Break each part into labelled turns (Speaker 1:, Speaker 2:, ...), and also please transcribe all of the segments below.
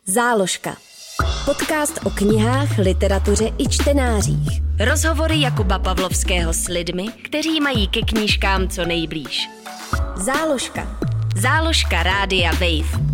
Speaker 1: Záložka. Podcast o knihách, literatuře i čtenářích. Rozhovory Jakuba Pavlovského s lidmi, kteří mají ke knížkám co nejblíž. Záložka. Záložka Rádia Wave.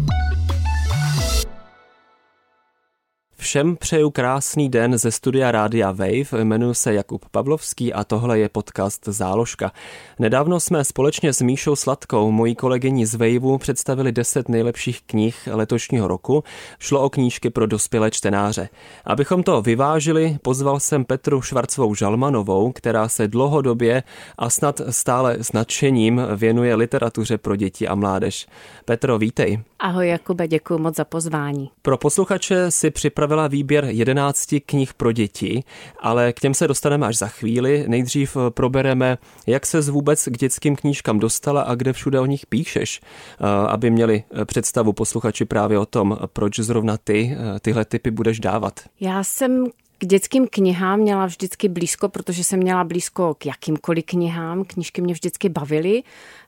Speaker 2: Všem přeju krásný den ze studia Rádia Wave, jmenuji se Jakub Pavlovský a tohle je podcast Záložka. Nedávno jsme společně s Míšou Sladkou, mojí kolegyní z Waveu, představili 10 nejlepších knih letošního roku. Šlo o knížky pro dospělé čtenáře. Abychom to vyvážili, pozval jsem Petru Švarcovou Žalmanovou, která se dlouhodobě a snad stále s nadšením věnuje literatuře pro děti a mládež. Petro, vítej.
Speaker 3: Ahoj Jakube, děkuji moc za pozvání.
Speaker 2: Pro posluchače si připravila výběr 11 knih pro děti, ale k těm se dostaneme až za chvíli. Nejdřív probereme, jak ses vůbec k dětským knížkám dostala a kde všude o nich píšeš, aby měli představu posluchači právě o tom, proč zrovna tyhle tipy budeš dávat.
Speaker 3: Já jsem k dětským knihám měla vždycky blízko, protože jsem měla blízko k jakýmkoliv knihám. Knížky mě vždycky bavily.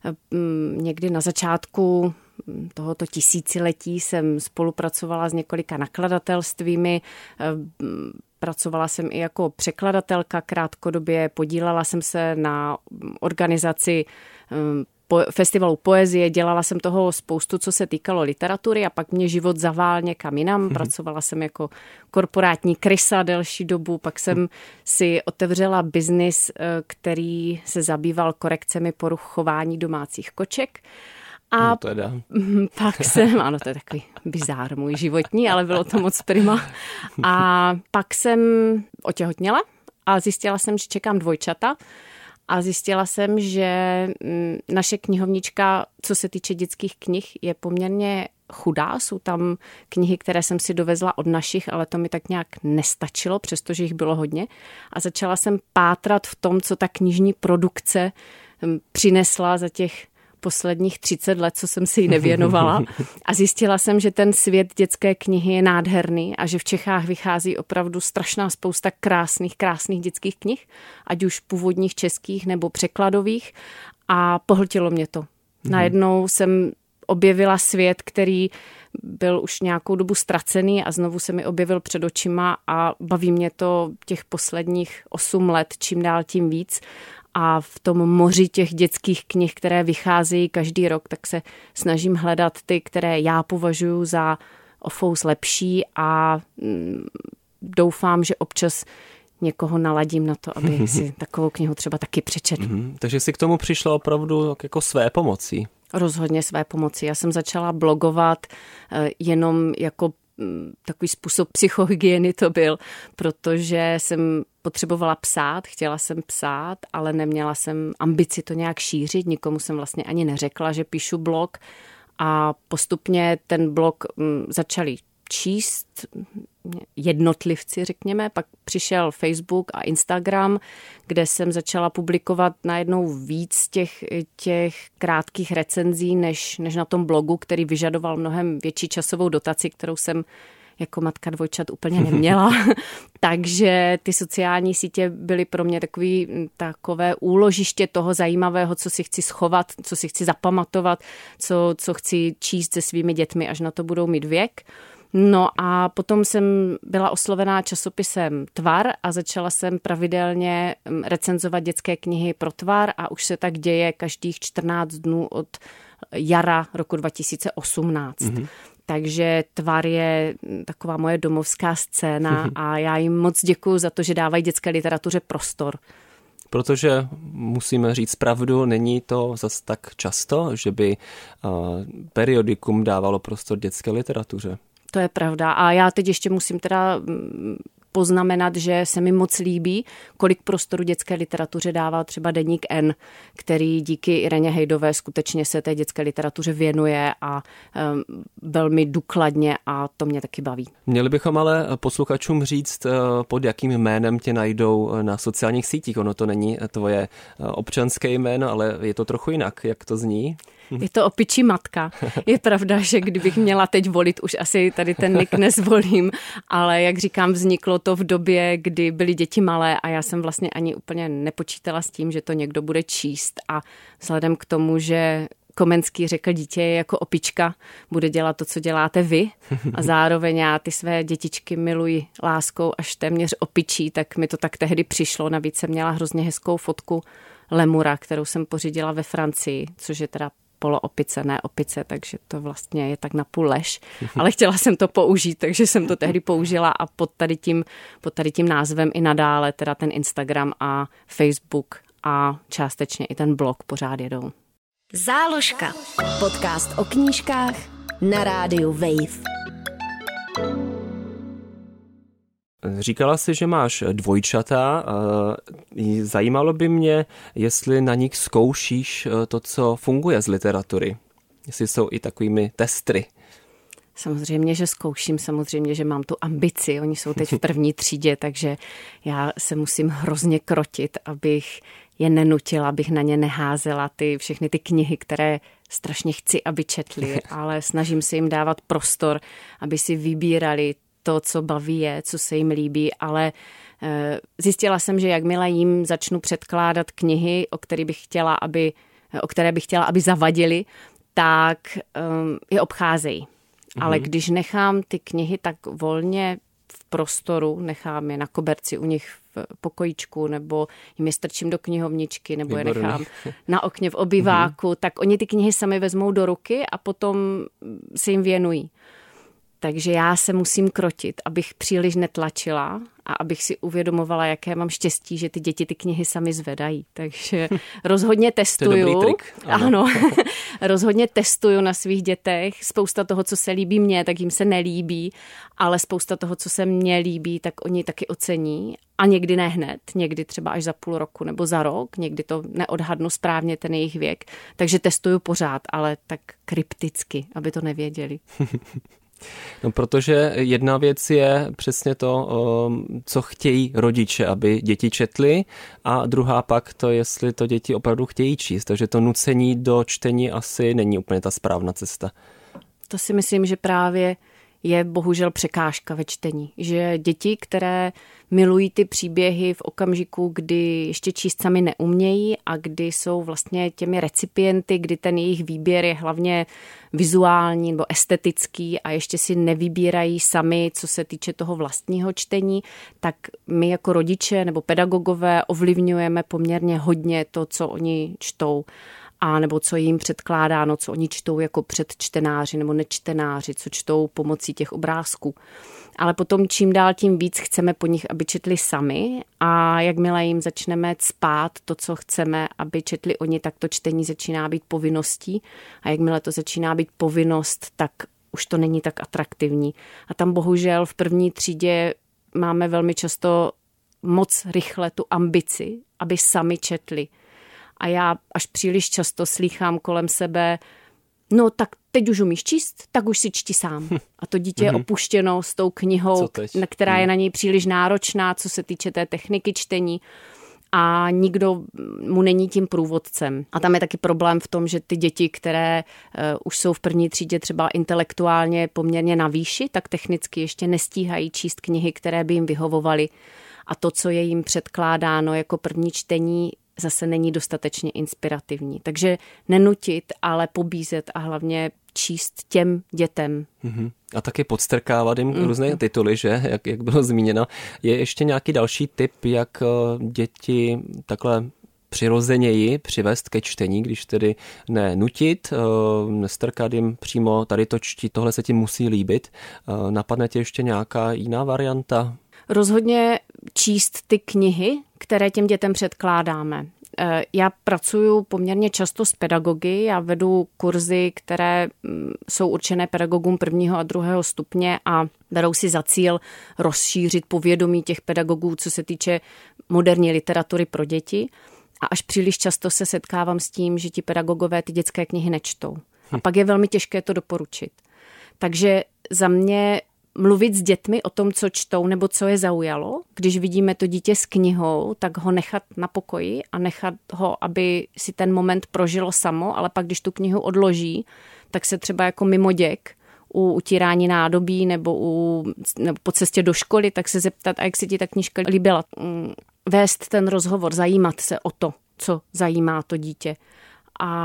Speaker 3: Někdy na začátku tohoto tisíciletí jsem spolupracovala s několika nakladatelstvími, pracovala jsem i jako překladatelka krátkodobě, podílela jsem se na organizaci festivalu poezie, dělala jsem toho spoustu, co se týkalo literatury a pak mě život zavál někam jinam. Pracovala jsem jako korporátní krysa delší dobu, pak jsem si otevřela biznis, který se zabýval korekcemi poruch chování domácích koček. A pak jsem, ano, to je takový bizár můj životní, ale bylo to moc prima. A pak jsem otěhotněla a zjistila jsem, že čekám dvojčata. A zjistila jsem, že naše knihovnička, co se týče dětských knih, je poměrně chudá. Jsou tam knihy, které jsem si dovezla od našich, ale to mi tak nějak nestačilo, přestože jich bylo hodně. A začala jsem pátrat v tom, co ta knižní produkce přinesla za těch posledních 30 let, co jsem si ji nevěnovala. A zjistila jsem, že ten svět dětské knihy je nádherný a že v Čechách vychází opravdu strašná spousta krásných dětských knih, ať už původních českých nebo překladových, a pohltilo mě to. Najednou jsem objevila svět, který byl už nějakou dobu ztracený a znovu se mi objevil před očima a baví mě to těch posledních 8 let, čím dál tím víc. A v tom moři těch dětských knih, které vycházejí každý rok, tak se snažím hledat ty, které já považuji za o fous lepší a doufám, že občas někoho naladím na to, aby si takovou knihu třeba taky přečetl.
Speaker 2: Takže jsi k tomu přišla opravdu jako své pomocí.
Speaker 3: Rozhodně své pomoci. Já jsem začala blogovat jenom jako takový způsob psychohygieny to byl, protože jsem potřebovala psát, chtěla jsem psát, ale neměla jsem ambici to nějak šířit, nikomu jsem vlastně ani neřekla, že píšu blog, a postupně ten blog začali číst jednotlivci, řekněme, pak přišel Facebook a Instagram, kde jsem začala publikovat najednou víc těch krátkých recenzí, než na tom blogu, který vyžadoval mnohem větší časovou dotaci, kterou jsem jako matka dvojčat úplně neměla. Takže ty sociální sítě byly pro mě takové úložiště toho zajímavého, co si chci schovat, co si chci zapamatovat, co chci číst se svými dětmi, až na to budou mít věk. No a potom jsem byla oslovená časopisem Tvar a začala jsem pravidelně recenzovat dětské knihy pro Tvar a už se tak děje každých 14 dnů od jara roku 2018. Takže Tvar je taková moje domovská scéna a já jim moc děkuju za to, že dávají dětské literatuře prostor.
Speaker 2: Protože musíme říct pravdu, není to zas tak často, že by periodikum dávalo prostor dětské literatuře.
Speaker 3: To je pravda. A já teď ještě musím teda poznamenat, že se mi moc líbí, kolik prostoru dětské literatuře dává třeba deník N, který díky Ireně Hejdové skutečně se té dětské literatuře věnuje a velmi důkladně, a to mě taky baví.
Speaker 2: Měli bychom ale posluchačům říct, pod jakým jménem tě najdou na sociálních sítích. Ono to není tvoje občanské jméno, ale je to trochu jinak. Jak to zní?
Speaker 3: Je to Opičí matka. Je pravda, že kdybych měla teď volit, už asi tady ten nick nezvolím, ale jak říkám, vzniklo to v době, kdy byly děti malé a já jsem vlastně ani úplně nepočítala s tím, že to někdo bude číst, a vzhledem k tomu, že Komenský řekl, dítě je jako opička, bude dělat to, co děláte vy. A zároveň já ty své dětičky miluji láskou až téměř opičí, tak mi to tak tehdy přišlo. Navíc jsem měla hrozně hezkou fotku lemura, kterou jsem pořídila ve Francii, což je teda poloopice, ne opice, takže to vlastně je tak napůl lež. Ale chtěla jsem to použít, takže jsem to tehdy použila a pod tady tím názvem i nadále teda ten Instagram a Facebook a částečně i ten blog pořád jedou.
Speaker 1: Záložka. Podcast o knížkách na rádiu Wave.
Speaker 2: Říkala jsi, že máš dvojčata. Zajímalo by mě, jestli na nich zkoušíš to, co funguje z literatury. Jestli jsou i takovými testry.
Speaker 3: Samozřejmě, že zkouším, samozřejmě, že mám tu ambici. Oni jsou teď v první třídě, takže já se musím hrozně krotit, abych je nenutila, abych na ně neházela všechny ty knihy, které strašně chci, aby četli, ale snažím se jim dávat prostor, aby si vybírali to, co baví je, co se jim líbí, ale zjistila jsem, že jakmile jim začnu předkládat knihy, o které bych chtěla, aby zavadili, tak je obcházejí. Ale když nechám ty knihy tak volně v prostoru, nechám je na koberci u nich v pokojíčku, nebo jim je strčím do knihovničky, nebo je nechám na okně v obýváku, tak oni ty knihy sami vezmou do ruky a potom se jim věnují. Takže já se musím krotit, abych příliš netlačila a abych si uvědomovala, jaké mám štěstí, že ty děti ty knihy sami zvedají. Takže rozhodně testuju.
Speaker 2: To je dobrý trik.
Speaker 3: Ano, rozhodně testuju na svých dětech. Spousta toho, co se líbí mně, tak jim se nelíbí, ale spousta toho, co se mně líbí, tak oni taky ocení. A někdy ne hned, někdy třeba až za půl roku nebo za rok, někdy to neodhadnu správně ten jejich věk. Takže testuju pořád, ale tak krypticky, aby to nevěděli.
Speaker 2: No, protože jedna věc je přesně to, co chtějí rodiče, aby děti četly, a druhá pak to, jestli to děti opravdu chtějí číst. Takže to nucení do čtení asi není úplně ta správná cesta.
Speaker 3: To si myslím, že právě je bohužel překážka ve čtení. Že děti, které milují ty příběhy v okamžiku, kdy ještě číst sami neumějí a kdy jsou vlastně těmi recipienty, kdy ten jejich výběr je hlavně vizuální nebo estetický a ještě si nevybírají sami, co se týče toho vlastního čtení, tak my jako rodiče nebo pedagogové ovlivňujeme poměrně hodně to, co oni čtou. A nebo co jim předkládáno, co oni čtou jako předčtenáři nebo nečtenáři, co čtou pomocí těch obrázků. Ale potom čím dál tím víc chceme po nich, aby četli sami, a jakmile jim začneme cpát to, co chceme, aby četli oni, tak to čtení začíná být povinností. A jakmile to začíná být povinnost, tak už to není tak atraktivní. A tam bohužel v první třídě máme velmi často moc rychle tu ambici, aby sami četli. A já až příliš často slýchám kolem sebe, no tak teď už umíš číst, tak už si čti sám. A to dítě je opuštěno s tou knihou, která je na něj příliš náročná, co se týče té techniky čtení, a nikdo mu není tím průvodcem. A tam je taky problém v tom, že ty děti, které už jsou v první třídě třeba intelektuálně poměrně na výši, tak technicky ještě nestíhají číst knihy, které by jim vyhovovaly. A to, co je jim předkládáno jako první čtení, zase není dostatečně inspirativní. Takže nenutit, ale pobízet a hlavně číst těm dětem.
Speaker 2: A taky podstrkávat jim různé tituly, že? Jak bylo zmíněno. Je ještě nějaký další tip, jak děti takhle přirozeněji přivést ke čtení, když tedy nenutit, nestrkat jim přímo tady to čti, tohle se ti musí líbit. Napadne tě ještě nějaká jiná varianta?
Speaker 3: Rozhodně číst ty knihy, které těm dětem předkládáme. Já pracuji poměrně často s pedagogy, já vedu kurzy, které jsou určené pedagogům 1. a 2. stupně a berou si za cíl rozšířit povědomí těch pedagogů, co se týče moderní literatury pro děti. A až příliš často se setkávám s tím, že ti pedagogové ty dětské knihy nečtou. A pak je velmi těžké to doporučit. Takže za mě mluvit s dětmi o tom, co čtou nebo co je zaujalo. Když vidíme to dítě s knihou, tak ho nechat na pokoji a nechat ho, aby si ten moment prožilo samo, ale pak, když tu knihu odloží, tak se třeba jako mimoděk u utírání nádobí nebo po cestě do školy, tak se zeptat, a jak se ti ta knížka líbila. Vést ten rozhovor, zajímat se o to, co zajímá to dítě. A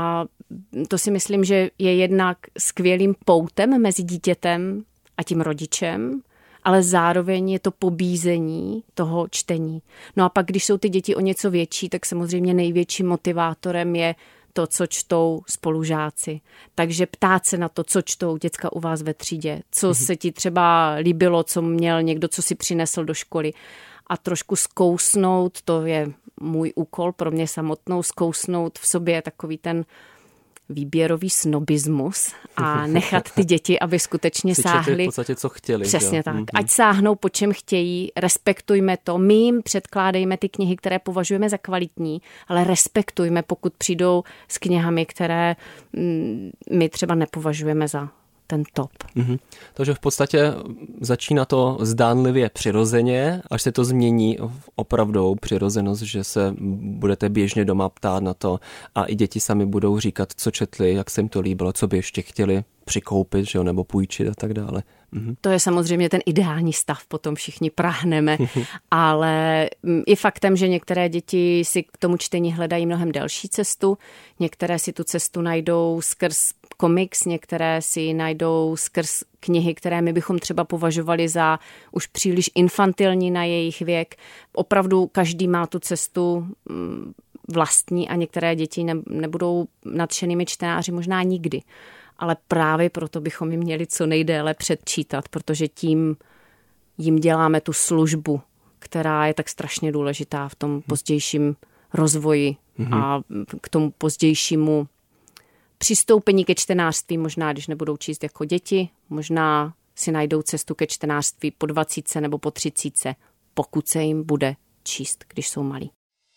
Speaker 3: to si myslím, že je jednak skvělým poutem mezi dítětem a tím rodičem, ale zároveň je to pobízení toho čtení. No a pak, když jsou ty děti o něco větší, tak samozřejmě největším motivátorem je to, co čtou spolužáci. Takže ptát se na to, co čtou děcka u vás ve třídě, co se ti třeba líbilo, co měl někdo, co si přinesl do školy. A trošku zkousnout, to je můj úkol pro mě samotnou, zkousnout v sobě takový ten výběrový snobismus a nechat ty děti, aby skutečně sáhli.
Speaker 2: V podstatě, co chtěli.
Speaker 3: Přesně tak. Ať sáhnou, po čem chtějí, respektujme to. My jim předkládejme ty knihy, které považujeme za kvalitní, ale respektujme, pokud přijdou s knihami, které my třeba nepovažujeme za ten top.
Speaker 2: Takže v podstatě začíná to zdánlivě přirozeně, až se to změní v opravdovou přirozenost, že se budete běžně doma ptát na to a i děti sami budou říkat, co četli, jak se jim to líbilo, co by ještě chtěli přikoupit, že jo, nebo půjčit a tak dále.
Speaker 3: To je samozřejmě ten ideální stav, potom všichni prahneme, ale je faktem, že některé děti si k tomu čtení hledají mnohem delší cestu, některé si tu cestu najdou skrz komiks, některé si najdou skrz knihy, které my bychom třeba považovali za už příliš infantilní na jejich věk. Opravdu každý má tu cestu vlastní a některé děti nebudou nadšenými čtenáři možná nikdy. Ale právě proto bychom jim měli co nejdéle předčítat, protože tím jim děláme tu službu, která je tak strašně důležitá v tom pozdějším rozvoji a k tomu pozdějšímu přistoupení ke čtenářství, možná když nebudou číst jako děti, možná si najdou cestu ke čtenářství po 20 nebo po 30, pokud se jim bude číst, když jsou malí.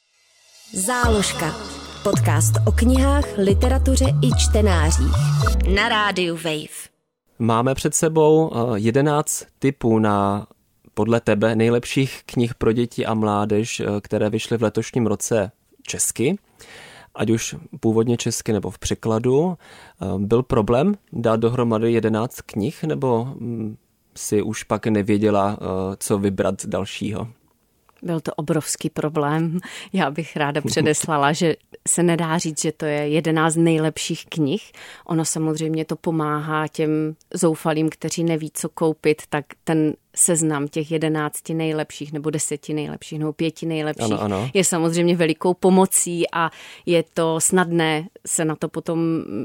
Speaker 1: Záložka. Podcast o knihách, literatuře i čtenářích. Na rádiu Wave.
Speaker 2: Máme před sebou 11 tipů na, podle tebe, nejlepších knih pro děti a mládež, které vyšly v letošním roce česky. Ať už původně česky nebo v překladu. Byl problém dát dohromady 11 knih, nebo si už pak nevěděla, co vybrat dalšího?
Speaker 3: Byl to obrovský problém. Já bych ráda předeslala, že se nedá říct, že to je 11 nejlepších knih. Ono samozřejmě to pomáhá těm zoufalým, kteří neví, co koupit, tak ten seznam těch 11 nejlepších nebo 10 nejlepších nebo 5 nejlepších ano. Je samozřejmě velikou pomocí a je to snadné se na to potom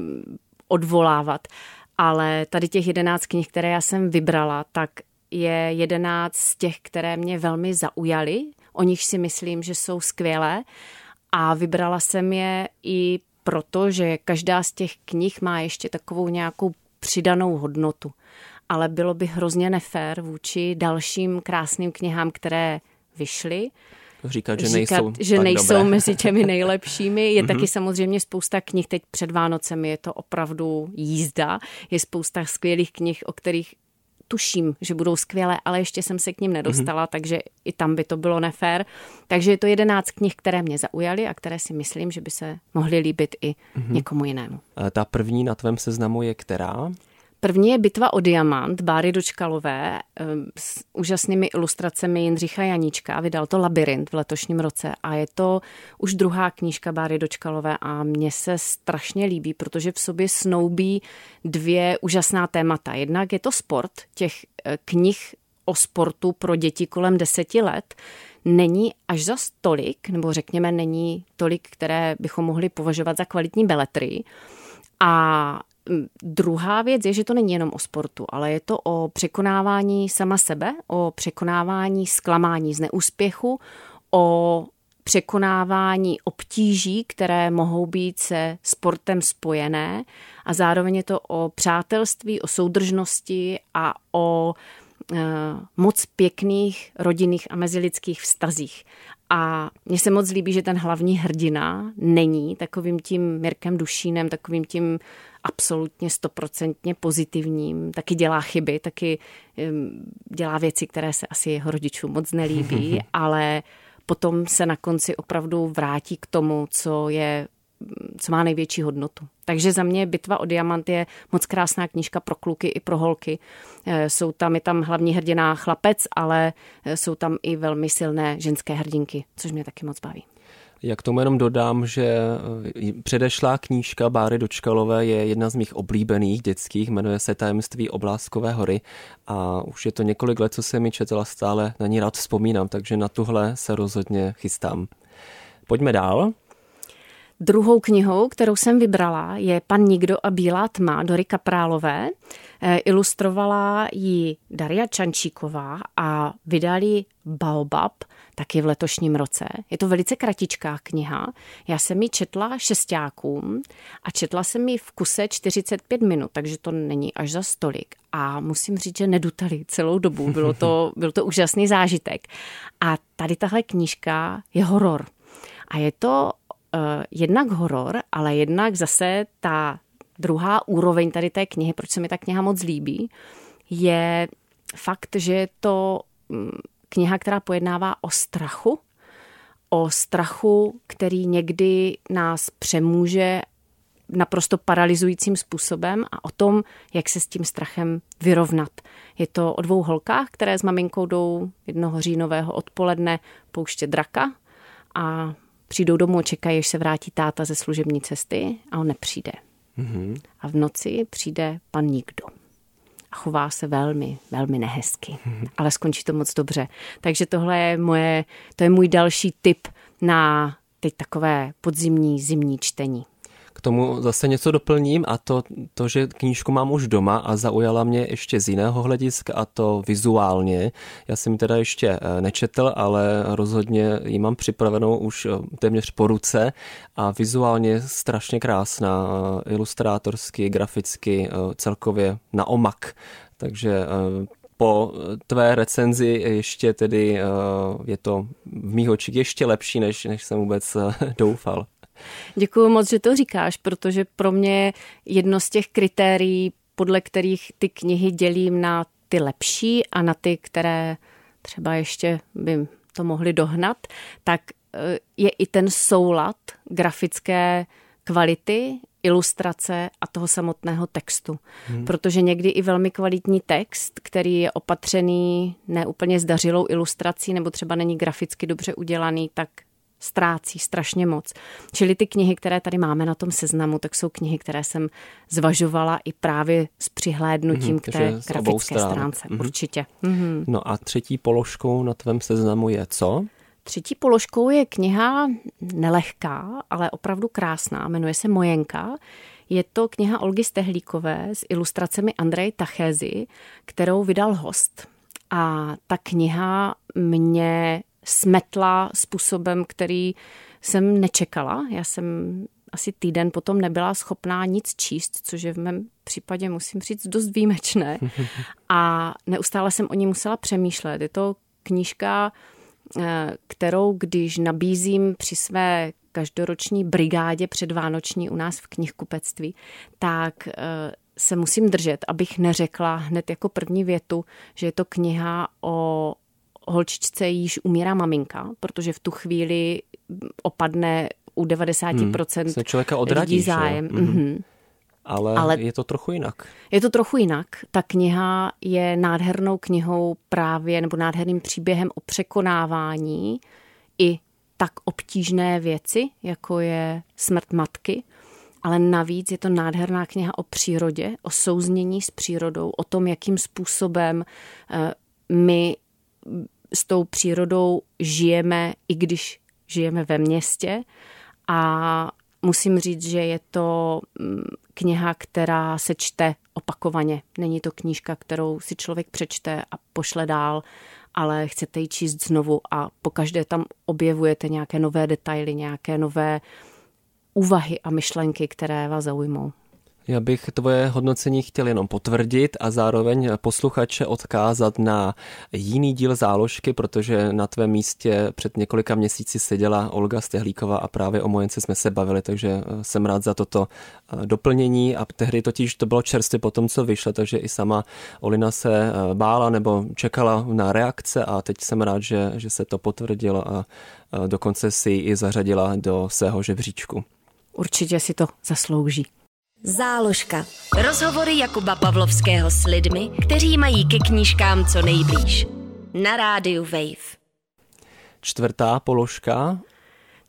Speaker 3: odvolávat. Ale tady těch 11 knih, které já jsem vybrala, tak je 11 z těch, které mě velmi zaujaly, o nich si myslím, že jsou skvělé a vybrala jsem je i proto, že každá z těch knih má ještě takovou nějakou přidanou hodnotu. Ale bylo by hrozně nefér vůči dalším krásným knihám, které vyšly,
Speaker 2: Říkat,
Speaker 3: že nejsou mezi těmi nejlepšími. Je taky samozřejmě spousta knih, teď před Vánocemi je to opravdu jízda. Je spousta skvělých knih, o kterých tuším, že budou skvělé, ale ještě jsem se k nim nedostala, takže i tam by to bylo nefér. Takže je to 11 knih, které mě zaujaly a které si myslím, že by se mohly líbit i někomu jinému.
Speaker 2: A ta první na tvém seznamu je která?
Speaker 3: První je Bitva o diamant Báry Dočkalové s úžasnými ilustracemi Jindřicha Janíčka. Vydal to Labyrint v letošním roce a je to už druhá knížka Báry Dočkalové a mně se strašně líbí, protože v sobě snoubí dvě úžasná témata. Jednak je to sport, těch knih o sportu pro děti kolem 10 let není až zas tolik, nebo řekněme není tolik, které bychom mohli považovat za kvalitní beletrii. A druhá věc je, že to není jenom o sportu, ale je to o překonávání sama sebe, o překonávání zklamání z neúspěchu, o překonávání obtíží, které mohou být se sportem spojené a zároveň je to o přátelství, o soudržnosti a o moc pěkných rodinných a mezilidských vztazích. A mně se moc líbí, že ten hlavní hrdina není takovým tím Mirkem Dušínem, takovým tím absolutně 100% pozitivním. Taky dělá chyby, taky dělá věci, které se asi jeho rodičům moc nelíbí, ale potom se na konci opravdu vrátí k tomu, co má největší hodnotu. Takže za mě Bitva o diamant je moc krásná knížka pro kluky i pro holky. Je tam hlavní hrdina chlapec, ale jsou tam i velmi silné ženské hrdinky, což mě taky moc baví.
Speaker 2: Já k tomu jenom dodám, že předešlá knížka Báry Dočkalové je jedna z mých oblíbených dětských, jmenuje se Tajemství Obláskové hory a už je to několik let, co jsem ji četla, stále na ní rád vzpomínám, takže na tuhle se rozhodně chystám. Pojďme dál.
Speaker 3: Druhou knihou, kterou jsem vybrala, je Pan Nikdo a bílá tma Dory Kaprálové. Ilustrovala ji Daria Čančíková a vydali Baobab taky v letošním roce. Je to velice kratičká kniha. Já jsem ji četla šestákům a četla jsem ji v kuse 45 minut, takže to není až za stolik. A musím říct, že nedutali celou dobu. Byl to úžasný zážitek. A tady tahle knížka je horor. A je to jednak horor, ale jednak zase ta druhá úroveň tady té knihy, proč se mi ta kniha moc líbí, je fakt, že je to kniha, která pojednává o strachu, který někdy nás přemůže naprosto paralyzujícím způsobem a o tom, jak se s tím strachem vyrovnat. Je to o dvou holkách, které s maminkou jdou jednoho říjnového odpoledne pouštět draka a přijdou domů, čekají, až se vrátí táta ze služební cesty a on nepřijde. Mm-hmm. A v noci přijde pan Nikdo. A chová se velmi, velmi nehezky. Mm-hmm. Ale skončí to moc dobře. Takže tohle je můj další tip na teď takové podzimní, zimní čtení.
Speaker 2: K tomu zase něco doplním a to, že knížku mám už doma a zaujala mě ještě z jiného hlediska a to vizuálně. Já jsem ji teda ještě nečetl, ale rozhodně ji mám připravenou už téměř po ruce a vizuálně strašně krásná, ilustrátorsky, graficky, celkově na omak. Takže po tvé recenzi ještě tedy je to v mých očích ještě lepší, než jsem vůbec doufal.
Speaker 3: Děkuji moc, že to říkáš, protože pro mě jedno z těch kritérií, podle kterých ty knihy dělím na ty lepší a na ty, které třeba ještě by to mohly dohnat, tak je i ten soulad grafické kvality, ilustrace a toho samotného textu. Protože někdy i velmi kvalitní text, který je opatřený neúplně zdařilou ilustrací nebo třeba není graficky dobře udělaný, tak ztrácí strašně moc. Čili ty knihy, které tady máme na tom seznamu, tak jsou knihy, které jsem zvažovala i právě s přihlédnutím k té grafické stránce. Určitě.
Speaker 2: No a třetí položkou na tvém seznamu je co?
Speaker 3: Třetí položkou je kniha nelehká, ale opravdu krásná. Jmenuje se Mojenka. Je to kniha Olgy Stehlíkové s ilustracemi Andreje Tachézy, kterou vydal Host. A ta kniha mě smetla způsobem, který jsem nečekala. Já jsem asi týden potom nebyla schopná nic číst, což je v mém případě, musím říct, dost výjimečné. A neustále jsem o ní musela přemýšlet. Je to knížka, kterou když nabízím při své každoroční brigádě předvánoční u nás v knihkupectví, tak se musím držet, abych neřekla hned jako první větu, že je to kniha o holčičce, jíž umírá maminka, protože v tu chvíli opadne u 90%
Speaker 2: člověka odradí,
Speaker 3: lidí zájem.
Speaker 2: Ale je to trochu jinak.
Speaker 3: Je to trochu jinak. Ta kniha je nádhernou knihou právě, nebo nádherným příběhem o překonávání i tak obtížné věci, jako je smrt matky, ale navíc je to nádherná kniha o přírodě, o souznění s přírodou, o tom, jakým způsobem my s tou přírodou žijeme, i když žijeme ve městě. A musím říct, že je to kniha, která se čte opakovaně. Není to knížka, kterou si člověk přečte a pošle dál, ale chcete ji číst znovu a pokaždé tam objevujete nějaké nové detaily, nějaké nové úvahy a myšlenky, které vás zaujmou.
Speaker 2: Já bych tvoje hodnocení chtěl jenom potvrdit a zároveň posluchače odkázat na jiný díl Záložky, protože na tvém místě před několika měsíci seděla Olga Stehlíková a právě o Mojence jsme se bavili, takže jsem rád za toto doplnění a tehdy totiž to bylo čerstvě po tom, co vyšlo, takže i sama Olina se bála nebo čekala na reakce a teď jsem rád, že se to potvrdilo a dokonce si ji i zařadila do svého žebříčku.
Speaker 3: Určitě si to zaslouží.
Speaker 1: Záložka. Rozhovory Jakuba Pavlovského s lidmi, kteří mají ke knížkám co nejblíž. Na rádiu Wave.
Speaker 2: Čtvrtá položka.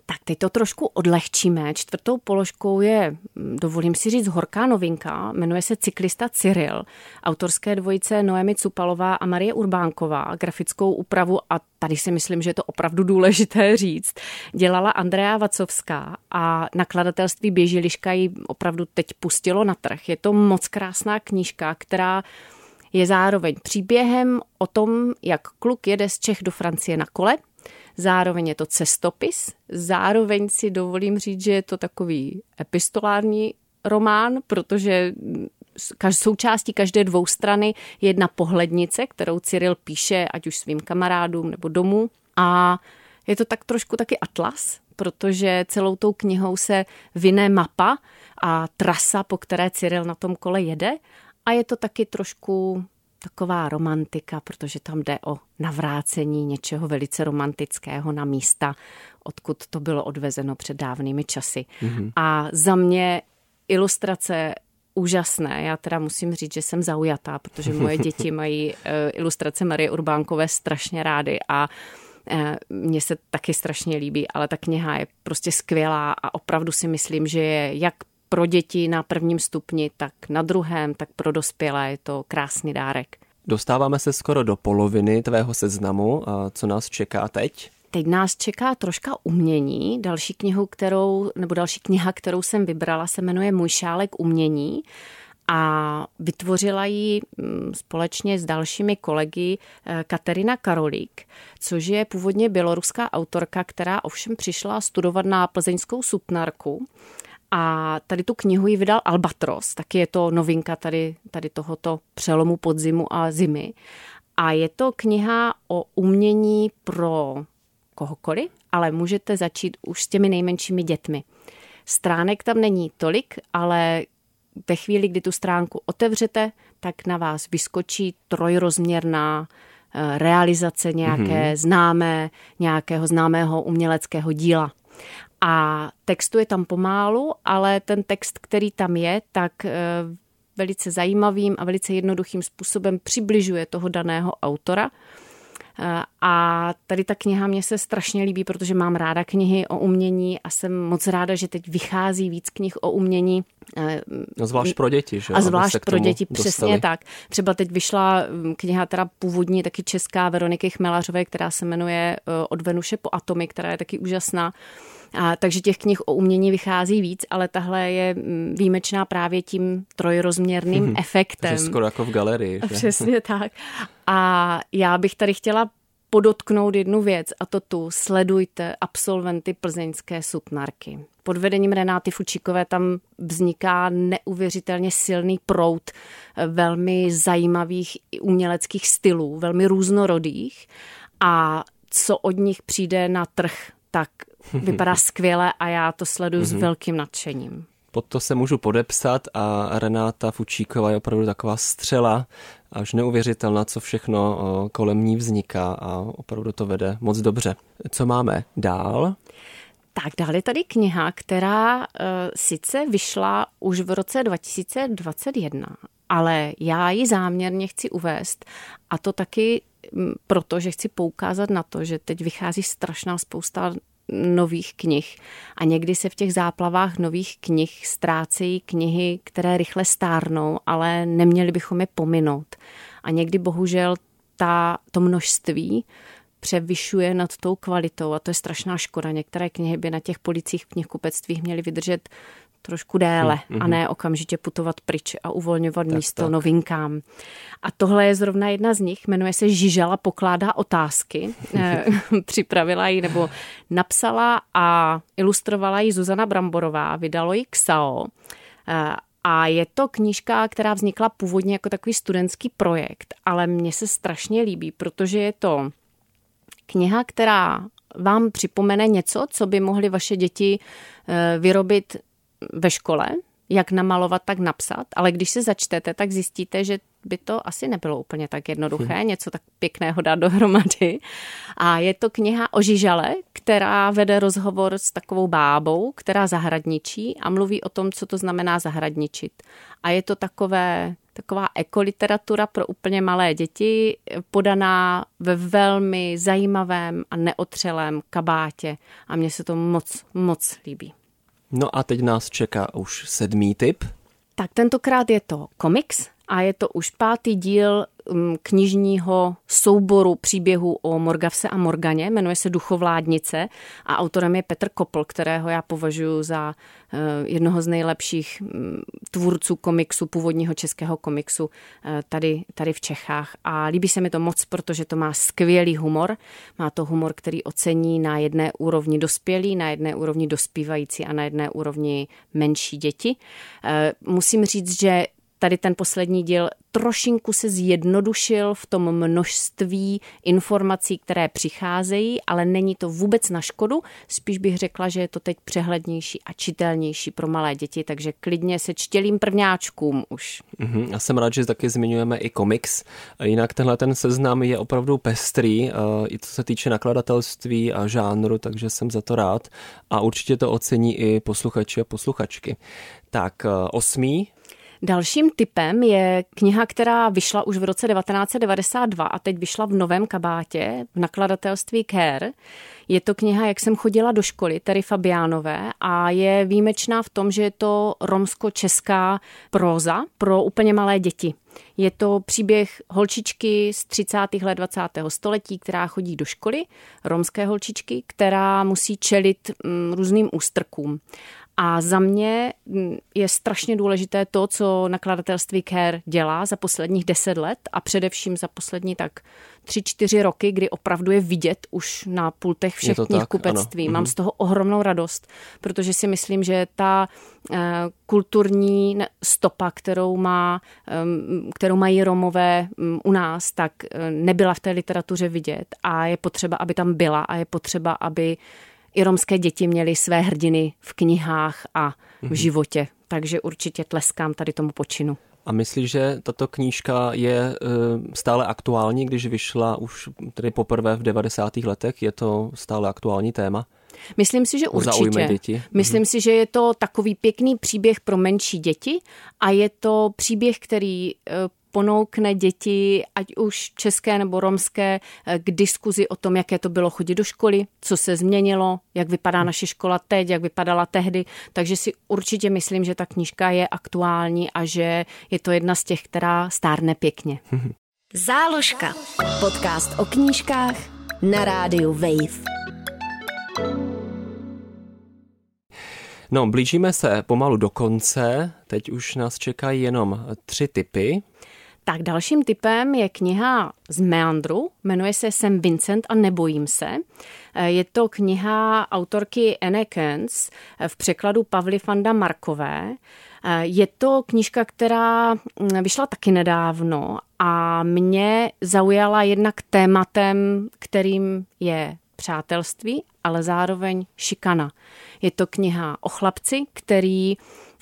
Speaker 3: Tak teď to trošku odlehčíme. 4. položkou je, dovolím si říct, horká novinka. Jmenuje se Cyklista Cyril. Autorské dvojice Noemi Cupalová a Marie Urbánková. Grafickou úpravu, a tady si myslím, že je to opravdu důležité říct, dělala Andrea Vacovská a nakladatelství Běžiliška ji opravdu teď pustilo na trh. Je to moc krásná knížka, která je zároveň příběhem o tom, jak kluk jede z Čech do Francie na kole. Zároveň je to cestopis, zároveň si dovolím říct, že je to takový epistolární román, protože součástí každé dvoustrany je jedna pohlednice, kterou Cyril píše ať už svým kamarádům nebo domů. A je to tak trošku taky atlas, protože celou tou knihou se vyne mapa a trasa, po které Cyril na tom kole jede. A je to taky trošku taková romantika, protože tam jde o navrácení něčeho velice romantického na místa, odkud to bylo odvezeno před dávnými časy. Mm-hmm. A za mě ilustrace úžasné. Já teda musím říct, že jsem zaujatá, protože moje děti mají ilustrace Marie Urbánkové strašně rády a mně se taky strašně líbí, ale ta kniha je prostě skvělá a opravdu si myslím, že je jak pro děti na 1. stupni, tak na 2., tak pro dospělé je to krásný dárek.
Speaker 2: Dostáváme se skoro do poloviny tvého seznamu. A co nás čeká teď?
Speaker 3: Teď nás čeká troška umění. Další kniha, kterou jsem vybrala, se jmenuje Můj šálek umění a vytvořila ji společně s dalšími kolegy Katerina Karolík, což je původně běloruská autorka, která ovšem přišla studovat na plzeňskou Sutnarku. A tady tu knihu ji vydal Albatros, taky je to novinka tady tohoto přelomu podzimu a zimy. A je to kniha o umění pro kohokoliv, ale můžete začít už s těmi nejmenšími dětmi. Stránek tam není tolik, ale ve chvíli, kdy tu stránku otevřete, tak na vás vyskočí trojrozměrná realizace nějakého známého uměleckého díla. A textu je tam pomálu, ale ten text, který tam je, tak velice zajímavým a velice jednoduchým způsobem přibližuje toho daného autora. A tady ta kniha mě se strašně líbí, protože mám ráda knihy o umění a jsem moc ráda, že teď vychází víc knih o umění.
Speaker 2: No, zvlášť pro děti, že?
Speaker 3: A zvlášť pro děti, přesně tak. Třeba teď vyšla kniha teda původní, taky česká, Veroniky Chmelařové, která se jmenuje Od Venuše po atomy, která je taky úžasná. Takže těch knih o umění vychází víc, ale tahle je výjimečná právě tím trojrozměrným efektem.
Speaker 2: To je skoro jako v galerii. Že?
Speaker 3: Přesně tak. A já bych tady chtěla podotknout jednu věc, a to tu sledujte absolventy plzeňské Sutnarky. Pod vedením Renáty Fučíkové tam vzniká neuvěřitelně silný proud velmi zajímavých uměleckých stylů, velmi různorodých, a co od nich přijde na trh, tak vypadá skvěle a já to sleduju s velkým nadšením.
Speaker 2: Pod to se můžu podepsat a Renáta Fučíková je opravdu taková střela, až neuvěřitelná, co všechno kolem ní vzniká a opravdu to vede moc dobře. Co máme dál?
Speaker 3: Tak dál je tady kniha, která sice vyšla už v roce 2021, ale já ji záměrně chci uvést, a to taky proto, že chci poukázat na to, že teď vychází strašná spousta nových knih a někdy se v těch záplavách nových knih ztrácejí knihy, které rychle stárnou, ale neměli bychom je pominout. A někdy bohužel to množství převyšuje nad tou kvalitou a to je strašná škoda. Některé knihy by na těch policích v knihkupectvích měly vydržet trošku déle a ne okamžitě putovat pryč a uvolňovat místo novinkám. A tohle je zrovna jedna z nich, jmenuje se Žižala pokládá otázky. Připravila ji nebo napsala a ilustrovala ji Zuzana Bramborová, vydalo ji KSAO. A je to knížka, která vznikla původně jako takový studentský projekt, ale mně se strašně líbí, protože je to kniha, která vám připomene něco, co by mohly vaše děti vyrobit ve škole, jak namalovat, tak napsat, ale když se začtete, tak zjistíte, že by to asi nebylo úplně tak jednoduché, něco tak pěkného dát dohromady. A je to kniha o Žižale, která vede rozhovor s takovou bábou, která zahradničí a mluví o tom, co to znamená zahradničit. A je to takový taková ekoliteratura pro úplně malé děti, podaná ve velmi zajímavém a neotřelém kabátě a mně se to moc líbí.
Speaker 2: No a teď nás čeká už 7. tip.
Speaker 3: Tak tentokrát je to komiks a je to už 5. díl knižního souboru příběhů o Morgavse a Morganě, jmenuje se Duchovládnice a autorem je Petr Kopl, kterého já považuji za jednoho z nejlepších tvůrců komiksu, původního českého komiksu tady v Čechách. A líbí se mi to moc, protože to má skvělý humor. Má to humor, který ocení na jedné úrovni dospělí, na jedné úrovni dospívající a na jedné úrovni menší děti. Musím říct, že tady ten poslední díl trošinku se zjednodušil v tom množství informací, které přicházejí, ale není to vůbec na škodu. Spíš bych řekla, že je to teď přehlednější a čitelnější pro malé děti, takže klidně se čtělým prvňáčkům už.
Speaker 2: Já jsem rád, že taky zmiňujeme i komiks. Jinak tenhle ten seznam je opravdu pestrý, i co se týče nakladatelství a žánru, takže jsem za to rád. A určitě to ocení i posluchači a posluchačky. Tak 8.
Speaker 3: Dalším tipem je kniha, která vyšla už v roce 1992 a teď vyšla v novém kabátě v nakladatelství Care. Je to kniha Jak jsem chodila do školy, Terry Fabiánové a je výjimečná v tom, že je to romsko-česká próza pro úplně malé děti. Je to příběh holčičky z 30. let 20. století, která chodí do školy, romské holčičky, která musí čelit různým ústrkům. A za mě je strašně důležité to, co nakladatelství Care dělá za posledních 10 let a především za poslední tak 3-4 roky, kdy opravdu je vidět už na pultech všech knihkupectví. Mám z toho ohromnou radost, protože si myslím, že ta kulturní stopa, kterou mají Romové u nás, tak nebyla v té literatuře vidět a je potřeba, aby tam byla a je potřeba, aby i romské děti měly své hrdiny v knihách a v životě. Takže určitě tleskám tady tomu počinu.
Speaker 2: A myslíš, že tato knížka je stále aktuální, když vyšla už tedy poprvé v 90. letech? Je to stále aktuální téma?
Speaker 3: Myslím si, že určitě. Myslím si, že je to takový pěkný příběh pro menší děti a je to příběh, který ponoukne děti, ať už české nebo romské, k diskuzi o tom, jaké to bylo chodit do školy, co se změnilo, jak vypadá naše škola teď, jak vypadala tehdy. Takže si určitě myslím, že ta knížka je aktuální a že je to jedna z těch, která stárne pěkně.
Speaker 1: Záložka. Podcast o knížkách na rádiu Wave.
Speaker 2: No, blížíme se pomalu do konce. Teď už nás čekají jenom 3 tipy.
Speaker 3: Tak dalším tipem je kniha z Meandru, jmenuje se Jsem Vincent a nebojím se. Je to kniha autorky Anne Kearns v překladu Pavly Fanda Markové. Je to knížka, která vyšla taky nedávno a mě zaujala jednak tématem, kterým je přátelství, ale zároveň šikana. Je to kniha o chlapci, který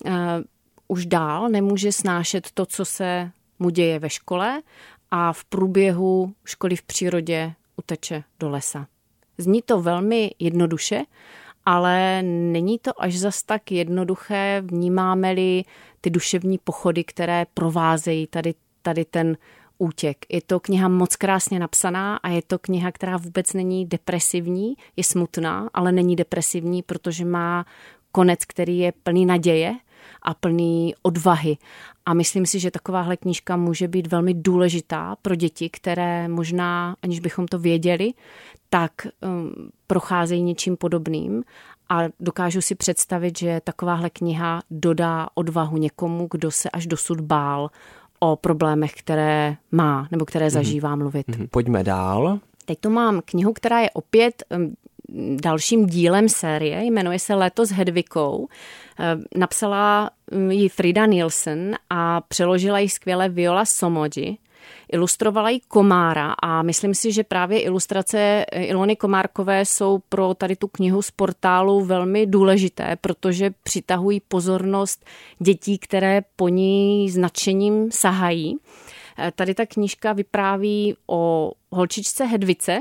Speaker 3: už dál nemůže snášet to, co se mu děje ve škole a v průběhu školy v přírodě uteče do lesa. Zní to velmi jednoduše, ale není to až zas tak jednoduché, vnímáme-li ty duševní pochody, které provázejí tady ten útěk. Je to kniha moc krásně napsaná a je to kniha, která vůbec není depresivní, je smutná, ale není depresivní, protože má konec, který je plný naděje a plný odvahy. A myslím si, že takováhle knížka může být velmi důležitá pro děti, které možná, aniž bychom to věděli, tak procházejí něčím podobným a dokážu si představit, že takováhle kniha dodá odvahu někomu, kdo se až dosud bál o problémech, které má nebo které zažívá mluvit.
Speaker 2: Pojďme dál.
Speaker 3: Teď tu mám knihu, která je opět dalším dílem série, jmenuje se Léto s Hedvikou. Napsala ji Frida Nielsen a přeložila ji skvěle Viola Somoji. Ilustrovala ji Komára a myslím si, že právě ilustrace Ilony Komárkové jsou pro tady tu knihu z portálu velmi důležité, protože přitahují pozornost dětí, které po ní s nadšením sahají. Tady ta knížka vypráví o holčičce Hedvice,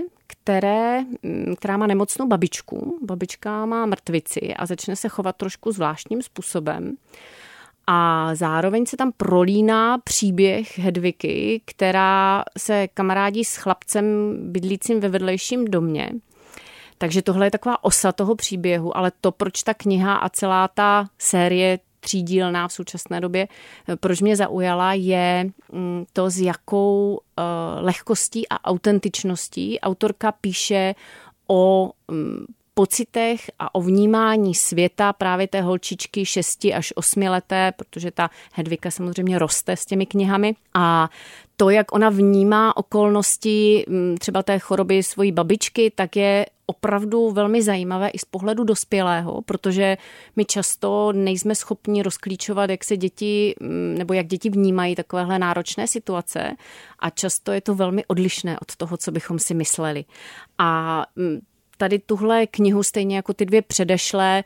Speaker 3: která má nemocnou babičku. Babička má mrtvici a začne se chovat trošku zvláštním způsobem. A zároveň se tam prolíná příběh Hedviky, která se kamarádí s chlapcem bydlícím ve vedlejším domě. Takže tohle je taková osa toho příběhu, ale to, proč ta kniha a celá ta série třídílná v současné době, proč mě zaujala, je to, s jakou lehkostí a autentičností autorka píše o pocitech a o vnímání světa právě té holčičky 6 až 8 leté, protože ta Hedvika samozřejmě roste s těmi knihami. A to, jak ona vnímá okolnosti třeba té choroby svojí babičky, tak je opravdu velmi zajímavé i z pohledu dospělého, protože my často nejsme schopni rozklíčovat, jak se děti, nebo jak děti vnímají takovéhle náročné situace a často je to velmi odlišné od toho, co bychom si mysleli. A tady tuhle knihu, stejně jako ty dvě předešlé,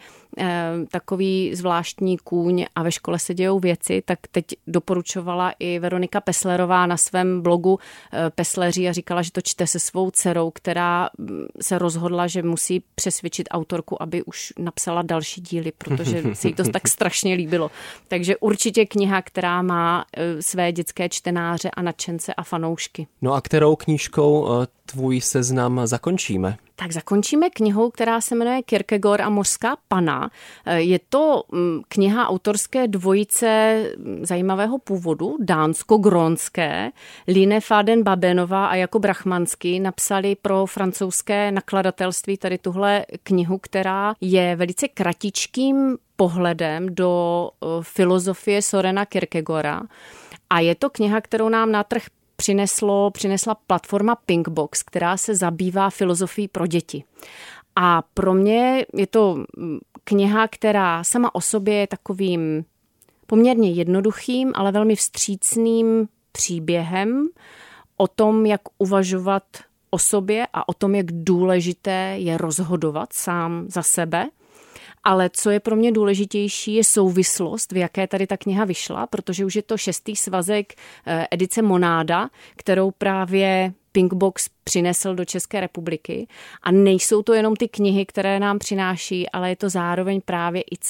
Speaker 3: takový zvláštní kůň a ve škole se dějou věci, tak teď doporučovala i Veronika Peslerová na svém blogu Pesleří a říkala, že to čte se svou dcerou, která se rozhodla, že musí přesvědčit autorku, aby už napsala další díly, protože se jí to tak strašně líbilo. Takže určitě kniha, která má své dětské čtenáře a nadšence a fanoušky.
Speaker 2: No a kterou knížkou tvůj seznam zakončíme?
Speaker 3: Tak zakončíme knihou, která se jmenuje Kierkegaard a mořská pana. Je to kniha autorské dvojice zajímavého původu, dánsko-grónské. Line Faden-Babenová a Jakob Rachmanský napsali pro francouzské nakladatelství tady tuhle knihu, která je velice kratičkým pohledem do filozofie Sorena Kierkegaarda. A je to kniha, kterou nám na trh přinesla platforma Pinkbox, která se zabývá filozofií pro děti. A pro mě je to kniha, která sama o sobě je takovým poměrně jednoduchým, ale velmi vstřícným příběhem o tom, jak uvažovat o sobě a o tom, jak důležité je rozhodovat sám za sebe. Ale co je pro mě důležitější, je souvislost, v jaké tady ta kniha vyšla, protože už je to 6. svazek edice Monáda, kterou právě Pinkbox přinesl do České republiky. A nejsou to jenom ty knihy, které nám přináší, ale je to zároveň právě i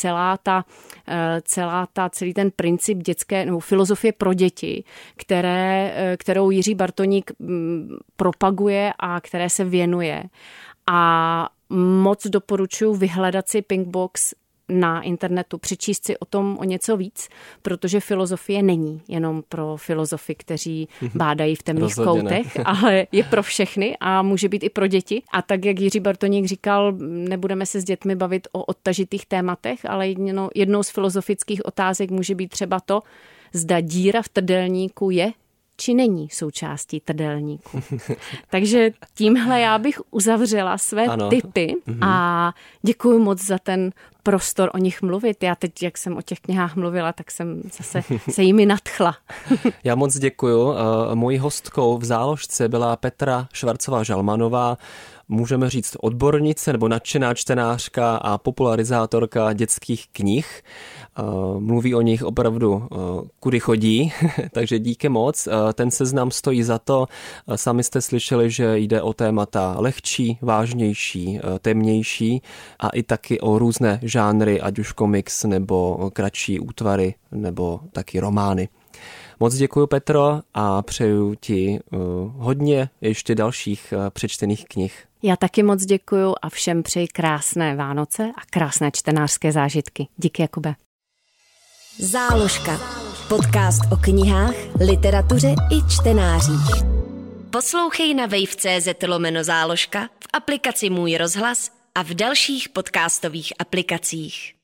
Speaker 3: celý ten princip dětské nebo filozofie pro děti, kterou Jiří Bartoník propaguje a které se věnuje. A moc doporučuji vyhledat si Pinkbox na internetu, přečíst si o tom o něco víc, protože filozofie není jenom pro filozofy, kteří bádají v temných koutech, ale je pro všechny a může být i pro děti. A tak, jak Jiří Bartoník říkal, nebudeme se s dětmi bavit o odtažitých tématech, ale jednou z filozofických otázek může být třeba to, zda díra v trdelníku je či není součástí trdelníku. Takže tímhle já bych uzavřela své tipy a děkuji moc za ten prostor o nich mluvit. Já teď, jak jsem o těch knihách mluvila, tak jsem zase se jimi nadchla.
Speaker 2: Já moc děkuju. Mojí hostkou v záložce byla Petra Švarcová-Žalmanová, můžeme říct odbornice nebo nadšená čtenářka a popularizátorka dětských knih. Mluví o nich opravdu kudy chodí, takže díky moc. Ten seznam stojí za to. Sami jste slyšeli, že jde o témata lehčí, vážnější, temnější a i taky o různé žánry, ať už komiks nebo kratší útvary nebo taky romány. Moc děkuji, Petro, a přeju ti hodně ještě dalších přečtených knih.
Speaker 3: Já taky moc děkuju a všem přeji krásné Vánoce a krásné čtenářské zážitky. Díky, Jakube.
Speaker 1: Záložka. Podcast o knihách, literatuře i čtenářích. Poslouchej na wave.cz/záložka, v aplikaci Můj rozhlas a v dalších podcastových aplikacích.